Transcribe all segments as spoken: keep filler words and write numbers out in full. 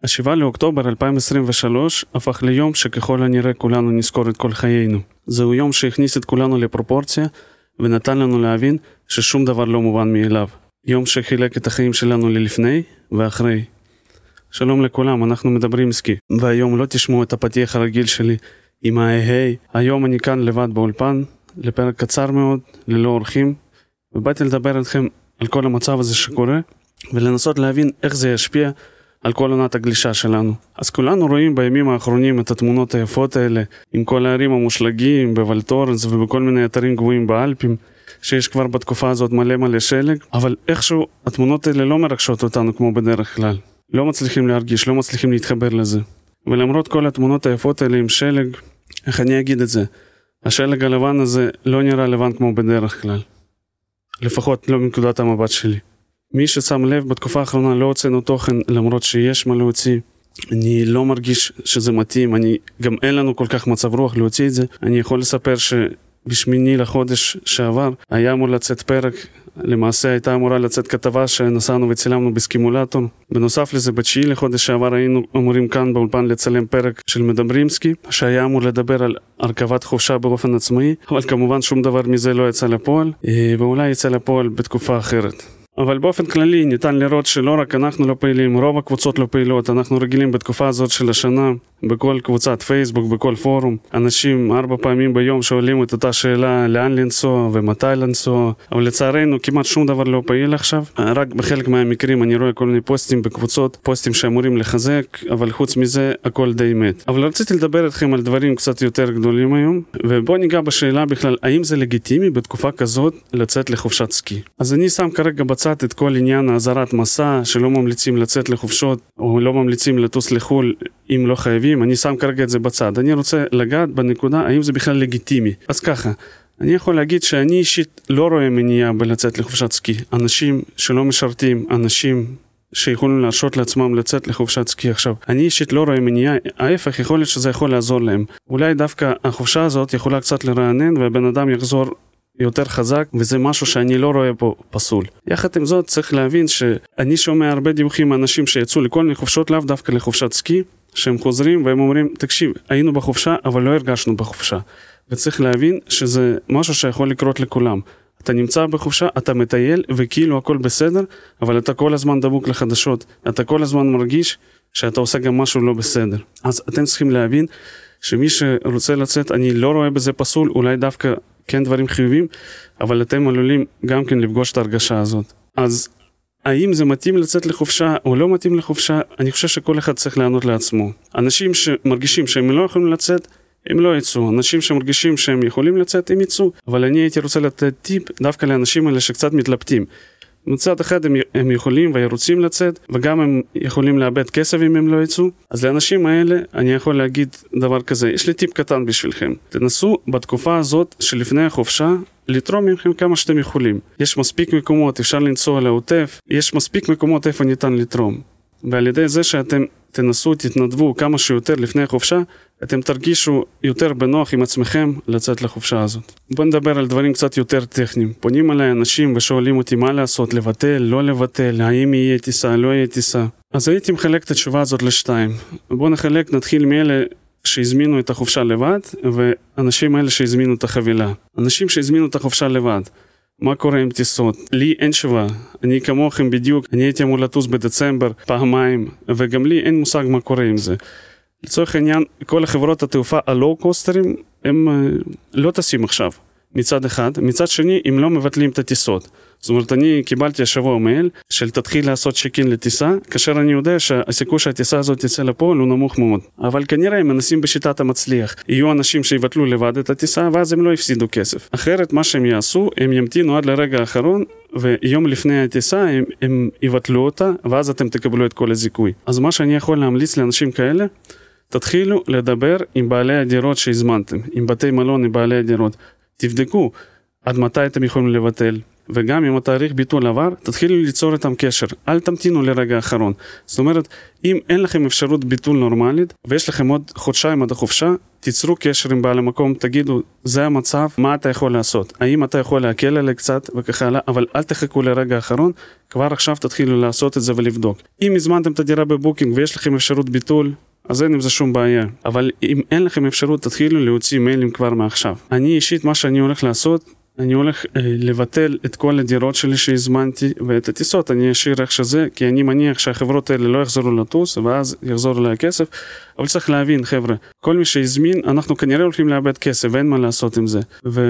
השבעה לאוקטובר אלפיים עשרים ושלוש הפך ליום שככל הנראה כולנו נזכור את כל חיינו. זהו יום שהכניס את כולנו לפרופורציה ונתן לנו להבין ששום דבר לא מובן מאליו. יום שחילק את החיים שלנו ללפני ואחרי. שלום לכולם, אנחנו מדברים סקי. והיום לא תשמעו את הפתיח הרגיל שלי עם ההיי. היום אני כאן לבד באולפן, לפרק קצר מאוד, ללא אורחים, ובאתי לדבר איתכם על כל המצב הזה שקורה, ולנסות להבין איך זה ישפיע על כל עונת הגלישה שלנו. אז כולנו רואים בימים האחרונים את התמונות היפות האלה, עם כל הערים המושלגים, בוולטורנס ובכל מיני אתרים גבוהים באלפים, שיש כבר בתקופה הזאת מלא מלא שלג, אבל איכשהו התמונות האלה לא מרגשות אותנו כמו בדרך כלל. לא מצליחים להרגיש, לא מצליחים להתחבר לזה. ולמרות כל התמונות היפות האלה עם שלג, איך אני אגיד את זה? השלג הלבן הזה לא נראה לבן כמו בדרך כלל. לפחות לא מנקודת המבט שלי. מי ששם לב בתקופה האחרונה לא הוצאנו תוכן למרות שיש מה להוציא. אני לא מרגיש שזה מתאים, אני, גם אין לנו כל כך מצב רוח להוציא את זה. אני יכול לספר שבשמיני לחודש שעבר היה אמור לצאת פרק, למעשה הייתה אמורה לצאת כתבה שנסענו וצילמנו בסקימולטור. בנוסף לזה בתשיעי לחודש שעבר היינו אמורים כאן באולפן לצלם פרק של מדברים סקי, שהיה אמור לדבר על הרכבת חופשה באופן עצמאי, אבל כמובן שום דבר מזה לא יצא לפועל, ואולי יצא לפועל בתקופה אחרת. אבל באופן כללי ניתן לראות שלא רק אנחנו לא פעילים, רוב הקבוצות לא פעילות. אנחנו רגילים בתקופה הזאת של השנה, בכל קבוצת פייסבוק, בכל פורום, אנשים ארבע פעמים ביום שואלים את אותה שאלה לאן לנסוע ומתי לנסוע, אבל לצערנו כמעט שום דבר לא פעיל עכשיו. רק בחלק מהמקרים אני רואה כל מיני פוסטים בקבוצות, פוסטים שאמורים לחזק, אבל חוץ מזה הכל די מת. אבל רציתי לדבר איתכם על דברים קצת יותר גדולים היום, ובוא ניגע בשאלה בכלל, האם זה לגיטימי בתקופה כזאת לצאת לחופשת סקי? אז אני שם כרגע בצד את כל עניין האזהרת מסע, שלא ממליצים לצאת לחופשות, או לא ממליצים לטוס לחול אם לא חייבים. אני שם כרגע את זה בצד. אני רוצה לגעת בנקודה, האם זה בכלל לגיטימי. אז ככה, אני יכול להגיד שאני אישית לא רואה מניעה בלצאת לחופשת סקי. אנשים שלא משרתים, אנשים שיכולים להרשות לעצמם לצאת לחופשת סקי עכשיו. אני אישית לא רואה מניעה, ההפך, יכול להיות שזה יכול לעזור להם. אולי דווקא החופשה הזאת יכולה קצת לרענן, והבן אדם יחזור יותר חזק, וזה משהו שאני לא רואה פה פסול. יחד עם זאת צריך להבין שאני שומע הרבה דיווחים מאנשים שיצאו לכל מיני חופשות, לאו דווקא לחופשת סקי, שהם חוזרים והם אומרים, תקשיב, היינו בחופשה אבל לא הרגשנו בחופשה. וצריך להבין שזה משהו שיכול לקרות לכולם. אתה נמצא בחופשה, אתה מטייל וכאילו הכל בסדר, אבל אתה כל הזמן דבוק לחדשות. אתה כל הזמן מרגיש שאתה עושה גם משהו לא בסדר. אז אתם צריכים להבין שמי שרוצה לצאת, אני לא רואה בזה פסול, אולי דווקא כן דברים חיובים, אבל אתם עלולים גם כן לפגוש את ההרגשה הזאת. אז האם זה מתאים לצאת לחופשה או לא מתאים לחופשה? אני חושב שכל אחד צריך לענות לעצמו. אנשים שמרגישים שהם לא יכולים לצאת, הם לא יצאו. אנשים שמרגישים שהם יכולים לצאת, הם יצאו. אבל אני הייתי רוצה לתת טיפ דווקא לאנשים האלה שקצת מתלבטים. מצד אחד הם, הם יכולים ורוצים לצאת, וגם הם יכולים לאבד כסף אם הם לא יצאו. אז לאנשים האלה אני יכול להגיד דבר כזה, יש לי טיפ קטן בשבילכם. תנסו בתקופה הזאת שלפני החופשה, לתרום מכם כמה שאתם יכולים. יש מספיק מקומות, אפשר לנסוע לעוטף, יש מספיק מקומות איפה ניתן לתרום. ועל ידי זה שאתם תנסו, תתנדבו כמה שיותר לפני החופשה, אתם תרגישו יותר בנוח עם עצמכם לצאת לחופשה הזאת. בואו נדבר על דברים קצת יותר טכניים. פונים עליי אנשים ושואלים אותי מה לעשות, לבטל, לא לבטל, האם יהיה טיסה, לא יהיה טיסה. אז הייתי מחלק את התשובה הזאת לשתיים. בואו נחלק, נתחיל מאלה שהזמינו את החופשה לבד, ואנשים האלה שהזמינו את החבילה. אנשים שהזמינו את החופשה לבד. מה קורה עם טיסות? לי אין תשובה. אני כמוכם בדיוק, אני הייתי אמור לטוס בדצמבר פעמיים, וגם לי אין מושג מה קורה עם זה. לצורך העניין, כל החברות התעופה הלואו-קוסטרים, הם לא טסים עכשיו, מצד אחד. מצד שני, הם לא מבטלים את הטיסות. זאת אומרת, אני קיבלתי השבוע מייל של תתחיל לעשות צ'קין לטיסה, כאשר אני יודע שהסיכוי שהטיסה הזאת תצא לפועל הוא נמוך מאוד. אבל כנראה הם מנסים בשיטת המצליח. יהיו אנשים שיבטלו לבד את הטיסה, ואז הם לא יפסידו כסף. אחרת, מה שהם יעשו, הם ימתינו עד לרגע האחרון, ויום לפני הטיסה הם, הם יבטלו אותה, ואז אתם תקבלו את כל הזיכוי. אז מה שאני יכול להמליץ לאנשים כאלה, תתחילו לדבר עם בעלי הדירות שהזמנתם, עם בתי מלון, עם בעלי הדירות. תבדקו עד מתי אתם יכולים לבטל, וגם אם התאריך ביטול עבר, תתחילו ליצור איתם קשר. אל תמתינו לרגע האחרון. זאת אומרת, אם אין לכם אפשרות ביטול נורמלית, ויש לכם עוד חודשיים עד החופשה, תיצרו קשר עם בעל המקום, תגידו, זה המצב, מה אתה יכול לעשות? האם אתה יכול להקל עלי קצת וככה הלאה, אבל אל תחכו לרגע האחרון, כבר עכשיו תתחילו לעשות את זה ולבדוק. אם הזמנתם את הדירה בבוקינג ויש לכם אפשרות ביטול, אז אין עם זה שום בעיה. אבל אם אין לכם אפשרות, תתחילו להוציא מיילים כבר מעכשיו. אני אישית, מה שאני הולך לעשות, אני הולך אה, לבטל את כל הדירות שלי שהזמנתי, ואת הטיסות אני אשאיר איך שזה, כי אני מניח שהחברות האלה לא יחזרו לטוס, ואז יחזור אליי הכסף. אבל צריך להבין, חבר'ה, כל מי שהזמין, אנחנו כנראה הולכים לאבד כסף, ואין מה לעשות עם זה.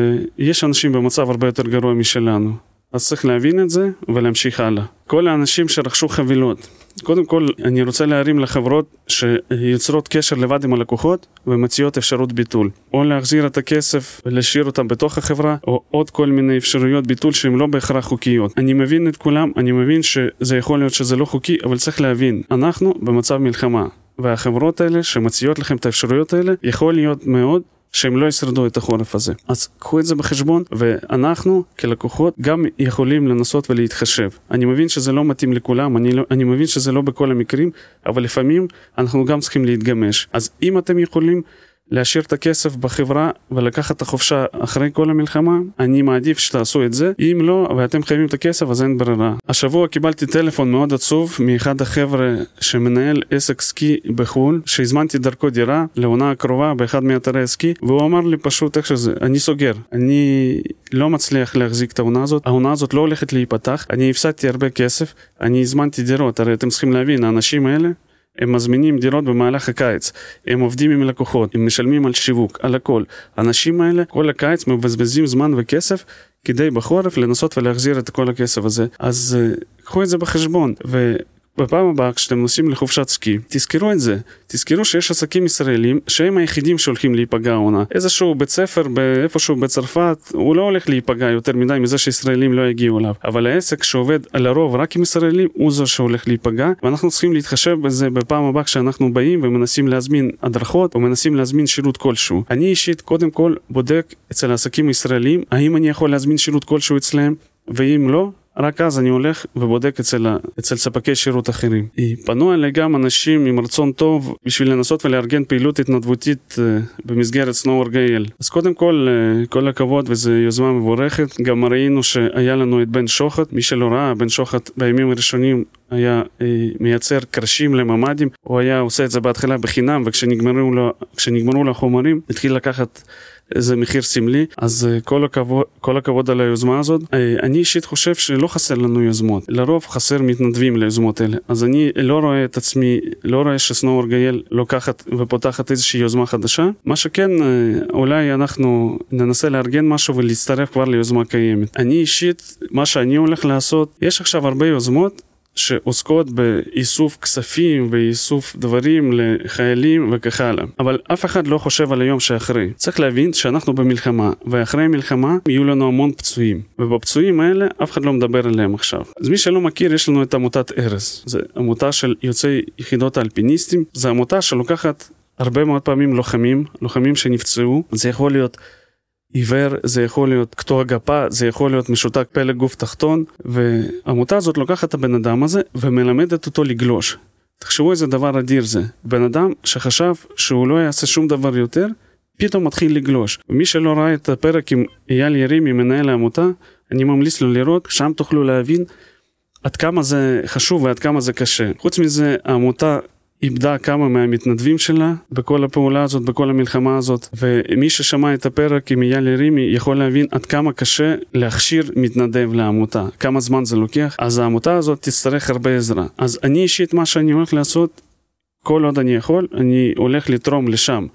ויש אנשים במצב הרבה יותר גרוע משלנו. אז צריך להבין את זה ולהמשיך הלאה. כל האנשים שרכשו חבילות, קודם כל אני רוצה להרים לחברות שיוצרות קשר לבד עם הלקוחות ומציעות אפשרות ביטול. או להחזיר את הכסף ולהשאיר אותם בתוך החברה, או עוד כל מיני אפשרויות ביטול שהן לא בהכרח חוקיות. אני מבין את כולם, אני מבין שזה יכול להיות שזה לא חוקי, אבל צריך להבין, אנחנו במצב מלחמה. והחברות האלה שמציעות לכם את האפשרויות האלה, יכול להיות מאוד שהם לא ישרדו את החורף הזה. אז קחו את זה בחשבון, ואנחנו כלקוחות גם יכולים לנסות ולהתחשב. אני מבין שזה לא מתאים לכולם, אני, לא, אני מבין שזה לא בכל המקרים, אבל לפעמים אנחנו גם צריכים להתגמש. אז אם אתם יכולים להשאיר את הכסף בחברה ולקחת את החופשה אחרי כל המלחמה, אני מעדיף שתעשו את זה. אם לא, ואתם חייבים את הכסף, אז אין ברירה. השבוע קיבלתי טלפון מאוד עצוב מאחד החבר'ה שמנהל עסק סקי בחול, שהזמנתי דרכו דירה לעונה הקרובה באחד מאתרי הסקי, והוא אמר לי פשוט איך שזה, אני סוגר. אני לא מצליח להחזיק את העונה הזאת, העונה הזאת לא הולכת להיפתח, אני הפסדתי הרבה כסף, אני הזמנתי דירות, הרי אתם צריכים להבין, האנשים האלה, הם מזמינים דירות במהלך הקיץ, הם עובדים עם לקוחות, הם משלמים על שיווק, על הכל. האנשים האלה כל הקיץ מבזבזים זמן וכסף כדי בחורף לנסות ולהחזיר את כל הכסף הזה. אז uh, קחו את זה בחשבון, ובפעם הבאה כשאתם נוסעים לחופשת סקי, תזכרו את זה. תזכרו שיש עסקים ישראלים שהם היחידים שהולכים להיפגע עונה. איזשהו בית ספר באיפשהו בצרפת, הוא לא הולך להיפגע יותר מדי מזה שישראלים לא יגיעו אליו. אבל העסק שעובד על הרוב רק עם ישראלים, הוא זו שהולך להיפגע, ואנחנו צריכים להתחשב בזה בפעם הבאה כשאנחנו באים ומנסים להזמין הדרכות, או מנסים להזמין שירות כלשהו. אני אישית קודם כל בודק אצל העסקים הישראלים, האם אני יכול להזמין שירות כלשהו אצלם, ואם לא, רק אז אני הולך ובודק אצל, אצל ספקי שירות אחרים. פנו אליי גם אנשים עם רצון טוב בשביל לנסות ולארגן פעילות התנדבותית במסגרת סנואו גייל. אז קודם כל, כל הכבוד, וזו יוזמה מבורכת. גם ראינו שהיה לנו את בן שוחט, מי שלא ראה, בן שוחט בימים הראשונים היה מייצר קרשים לממדים, הוא היה עושה את זה בהתחלה בחינם, וכשנגמרו לו, כשנגמרו לו החומרים, התחיל לקחת איזה מחיר סמלי. אז כל הכבוד, כל הכבוד על היוזמה הזאת. אני אישית חושב שלא חסר לנו יוזמות, לרוב חסר מתנדבים ליוזמות האלה. אז אני לא רואה את עצמי, לא רואה שסנואו גייל לוקחת ופותחת איזושהי יוזמה חדשה. מה שכן, אולי אנחנו ננסה לארגן משהו ולהצטרף כבר ליוזמה קיימת. אני אישית, מה שאני הולך לעשות, יש עכשיו הרבה יוזמות שעוסקות באיסוף כספים ואיסוף דברים לחיילים וכך הלאה. אבל אף אחד לא חושב על היום שאחרי. צריך להבין שאנחנו במלחמה, ואחרי המלחמה יהיו לנו המון פצועים. ובפצועים האלה אף אחד לא מדבר עליהם עכשיו. אז מי שלא מכיר, יש לנו את עמותת ארז. זו עמותה של יוצאי יחידות האלפיניסטים. זו עמותה שלוקחת הרבה מאוד פעמים לוחמים, לוחמים שנפצעו. זה יכול להיות עיוור, זה יכול להיות קטוע גפה, זה יכול להיות משותק פלג גוף תחתון, והעמותה הזאת לוקחת את הבן אדם הזה ומלמדת אותו לגלוש. תחשבו איזה דבר אדיר זה. בן אדם שחשב שהוא לא יעשה שום דבר יותר, פתאום מתחיל לגלוש. ומי שלא ראה את הפרק עם אייל ירימי, מנהל העמותה, אני ממליץ לו לראות, שם תוכלו להבין עד כמה זה חשוב ועד כמה זה קשה. חוץ מזה, העמותה איבדה כמה מהמתנדבים שלה בכל הפעולה הזאת, בכל המלחמה הזאת, ומי ששמע את הפרק עם אייל ירימי יכול להבין עד כמה קשה להכשיר מתנדב לעמותה, כמה זמן זה לוקח. אז העמותה הזאת תצטרך הרבה עזרה. אז אני אישית, מה שאני הולך לעשות, כל עוד אני יכול, אני הולך לתרום לשם,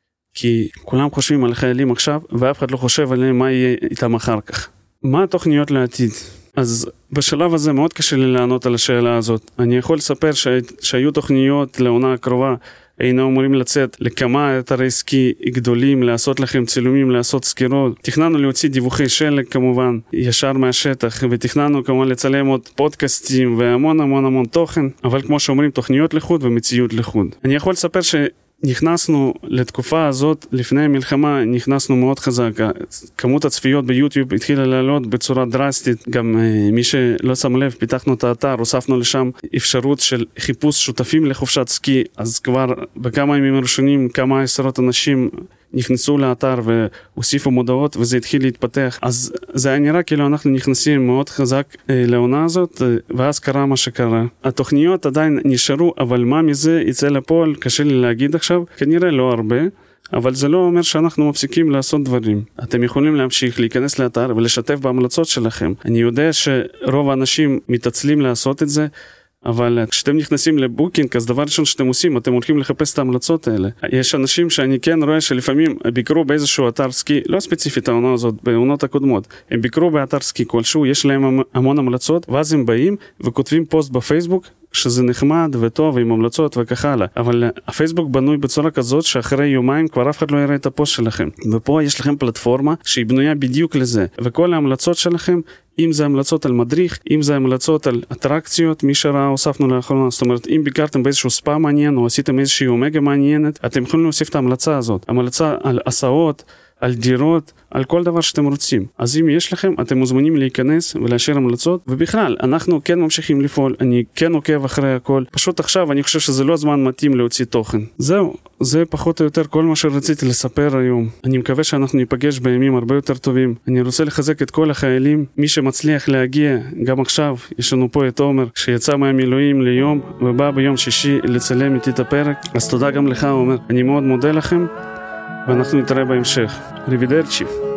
כי כולם חושבים על חיילים עכשיו, ואף אחד לא חושב עליהם מה יהיה איתם אחר כך. מה התוכניות לעתיד? אז בשלב הזה מאוד קשה לי לענות על השאלה הזאת. אני יכול לספר שהיו תוכניות לעונה הקרובה, היינו אמורים לצאת לכמה אתרי סקי גדולים, לעשות לכם צילומים, לעשות סקירות. תכננו להוציא דיווחי שלג כמובן, ישר מהשטח, ותכננו כמובן לצלם עוד פודקאסטים והמון המון המון תוכן, אבל כמו שאומרים, תוכניות לחוד ומציאות לחוד. אני יכול לספר ש... נכנסנו לתקופה הזאת, לפני המלחמה, נכנסנו מאוד חזק. כמות הצפיות ביוטיוב התחילה לעלות בצורה דרסטית. גם uh, מי שלא שם לב, פיתחנו את האתר, הוספנו לשם אפשרות של חיפוש שותפים לחופשת סקי, אז כבר בכמה ימים הראשונים, כמה עשרות אנשים נכנסו לאתר והוסיפו מודעות, וזה התחיל להתפתח. אז זה היה נראה כאילו אנחנו נכנסים מאוד חזק אה, לעונה הזאת, אה, ואז קרה מה שקרה. התוכניות עדיין נשארו, אבל מה מזה יצא לפועל, קשה לי להגיד עכשיו, כנראה לא הרבה, אבל זה לא אומר שאנחנו מפסיקים לעשות דברים. אתם יכולים להמשיך להיכנס לאתר ולשתף בהמלצות שלכם. אני יודע שרוב האנשים מתעצלים לעשות את זה, אבל כשאתם נכנסים לבוקינג, אז דבר ראשון שאתם עושים, אתם הולכים לחפש את ההמלצות האלה. יש אנשים שאני כן רואה שלפעמים ביקרו באיזשהו אתר סקי, לא ספציפית העונה הזאת, בעונות הקודמות, הם ביקרו באתר סקי כלשהו, יש להם המון המלצות, ואז הם באים וכותבים פוסט בפייסבוק, שזה נחמד וטוב עם המלצות וכך הלאה. אבל הפייסבוק בנוי בצורה כזאת שאחרי יומיים כבר אף אחד לא יראה את הפוסט שלכם. ופה יש לכם פלטפורמה שהיא בנויה בדיוק לזה. וכל ההמלצות שלכם, אם זה המלצות על מדריך, אם זה המלצות על אטרקציות, מי שראה הוספנו לאחרונה. זאת אומרת, אם ביקרתם באיזשהו ספא מעניין או עשיתם איזושהי אומגה מעניינת, אתם יכולים להוסיף את ההמלצה הזאת. המלצה על הסעות, על דירות, על כל דבר שאתם רוצים. אז אם יש לכם, אתם מוזמנים להיכנס ולאשר המלצות, ובכלל, אנחנו כן ממשיכים לפעול, אני כן עוקב אחרי הכל. פשוט עכשיו אני חושב שזה לא זמן מתאים להוציא תוכן. זהו, זה פחות או יותר כל מה שרציתי לספר היום. אני מקווה שאנחנו ניפגש בימים הרבה יותר טובים. אני רוצה לחזק את כל החיילים, מי שמצליח להגיע, גם עכשיו, יש לנו פה את עומר, שיצא מהמילואים ליום, ובא ביום שישי לצלם איתי את הפרק. אז תודה גם לך, עומר. אני מאוד מודה לכם. ואנחנו נתראה בהמשך. ריבידרצ'י.